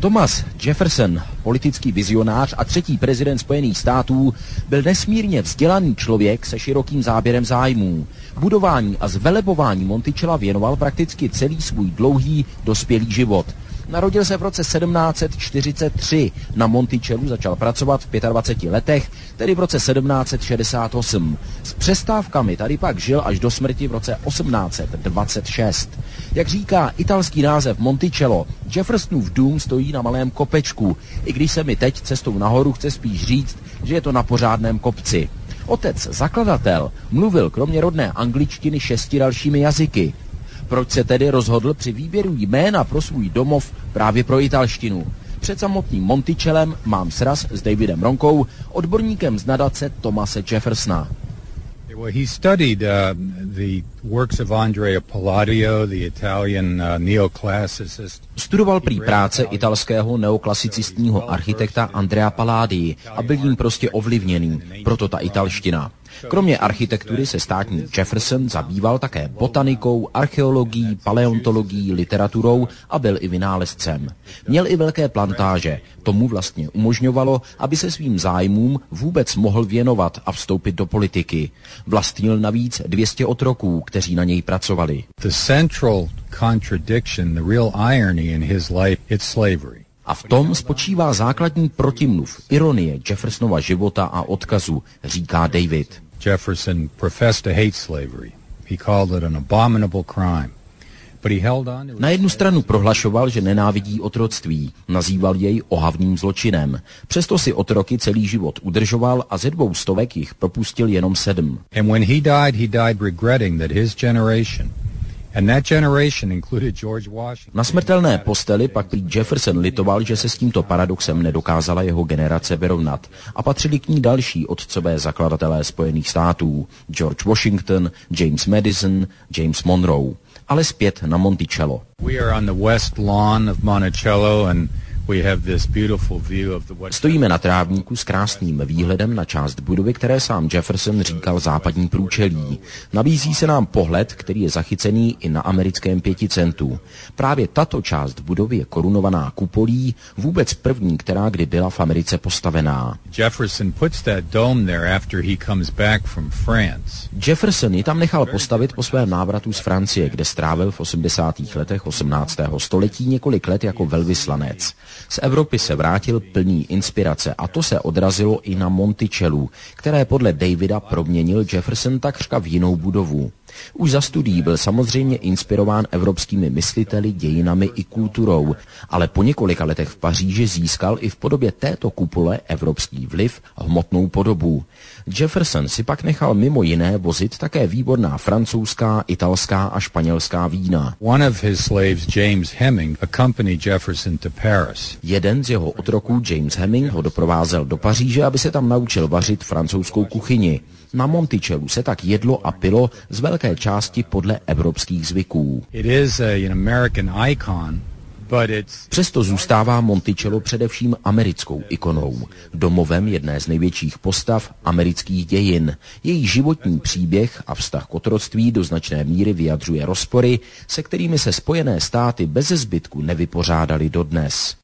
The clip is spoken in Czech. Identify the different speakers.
Speaker 1: Thomas Jefferson, politický vizionář a třetí prezident Spojených států, byl nesmírně vzdělaný člověk se širokým záběrem zájmů. Budování a zvelebování Monticella věnoval prakticky celý svůj dlouhý dospělý život. Narodil se v roce 1743. Na Monticellu začal pracovat v 25 letech, tedy v roce 1768. S přestávkami tady pak žil až do smrti v roce 1826. Jak říká italský název Monticello, Jeffersonův dům stojí na malém kopečku, i když se mi teď cestou nahoru chce spíš říct, že je to na pořádném kopci. Otec, zakladatel, mluvil kromě rodné angličtiny 6 dalšími jazyky. Proč se tedy rozhodl při výběru jména pro svůj domov právě pro italštinu? Před samotným Monticellem mám sraz s Davidem Ronkou, odborníkem z nadace Thomase Jeffersona.
Speaker 2: He studied the works of Andrea Palladio, the Italian neoclassicist.
Speaker 1: Studoval prý práce italského neoklasicistního architekta Andrea Palladii a byl jim prostě ovlivněný, proto ta italština. Kromě architektury se státní Jefferson zabýval také botanikou, archeologií, paleontologií, literaturou a byl i vynálezcem. Měl i velké plantáže. To mu vlastně umožňovalo, aby se svým zájmům vůbec mohl věnovat a vstoupit do politiky. Vlastnil navíc 200 otroků, kteří na něj pracovali.
Speaker 2: The central contradiction, the real irony in his life, it's slavery.
Speaker 1: A v tom spočívá základní protimluv, ironie Jeffersonova života a odkazu, říká David.
Speaker 2: Jefferson professed to hate slavery. He called it an abominable crime. But he held on.
Speaker 1: Na jednu stranu prohlašoval, že nenávidí otroctví, nazýval jej ohavným zločinem. Přesto si otroky celý život udržoval a ze 200 jich propustil jenom 7.
Speaker 2: And when he died regretting that his generation and that generation included George Washington.
Speaker 1: Na smrtelné posteli pak Jefferson litoval, že se s tímto paradoxem nedokázala jeho generace vyrovnat a patřili k ní další otcové zakladatelé Spojených států, George Washington, James Madison, James Monroe. Ale zpět na Monticello.
Speaker 2: We are on the west lawn of Monticello and we have this beautiful view of the west.
Speaker 1: Stojíme na trávníku s krásným výhledem na část budovy, které sám Jefferson říkal západní průčelí. Nabízí se nám pohled, který je zachycený i na americkém 5 centu. Právě tato část budovy je korunovaná kupolí, vůbec první, která kdy byla v Americe postavená.
Speaker 2: Jefferson puts that dome there after he comes back from France.
Speaker 1: Jefferson ji tam nechal postavit po svém návratu z Francie, kde strávil v 80. letech 18. století několik let jako velvyslanec. Z Evropy se vrátil plný inspirace a to se odrazilo i na Monticellu, které podle Davida proměnil Jefferson takřka v jinou budovu. Už za studií byl samozřejmě inspirován evropskými mysliteli, dějinami i kulturou, ale po několika letech v Paříži získal i v podobě této kupole evropský vliv a hmotnou podobu. Jefferson si pak nechal mimo jiné vozit také výborná francouzská, italská a španělská vína.
Speaker 2: One of his slaves, James Heming, accompanied Jefferson to Paris.
Speaker 1: Jeden z jeho otroků, James Heming, ho doprovázel do Paříže, aby se tam naučil vařit francouzskou kuchyni. Na Monticellu se tak jedlo a pilo z velké části podle evropských zvyků.
Speaker 2: It is an American icon, but
Speaker 1: Přesto zůstává Monticello především americkou ikonou, domovem jedné z největších postav amerických dějin. Její životní příběh a vztah k otroctví do značné míry vyjadřuje rozpory, se kterými se Spojené státy beze zbytku nevypořádaly dodnes.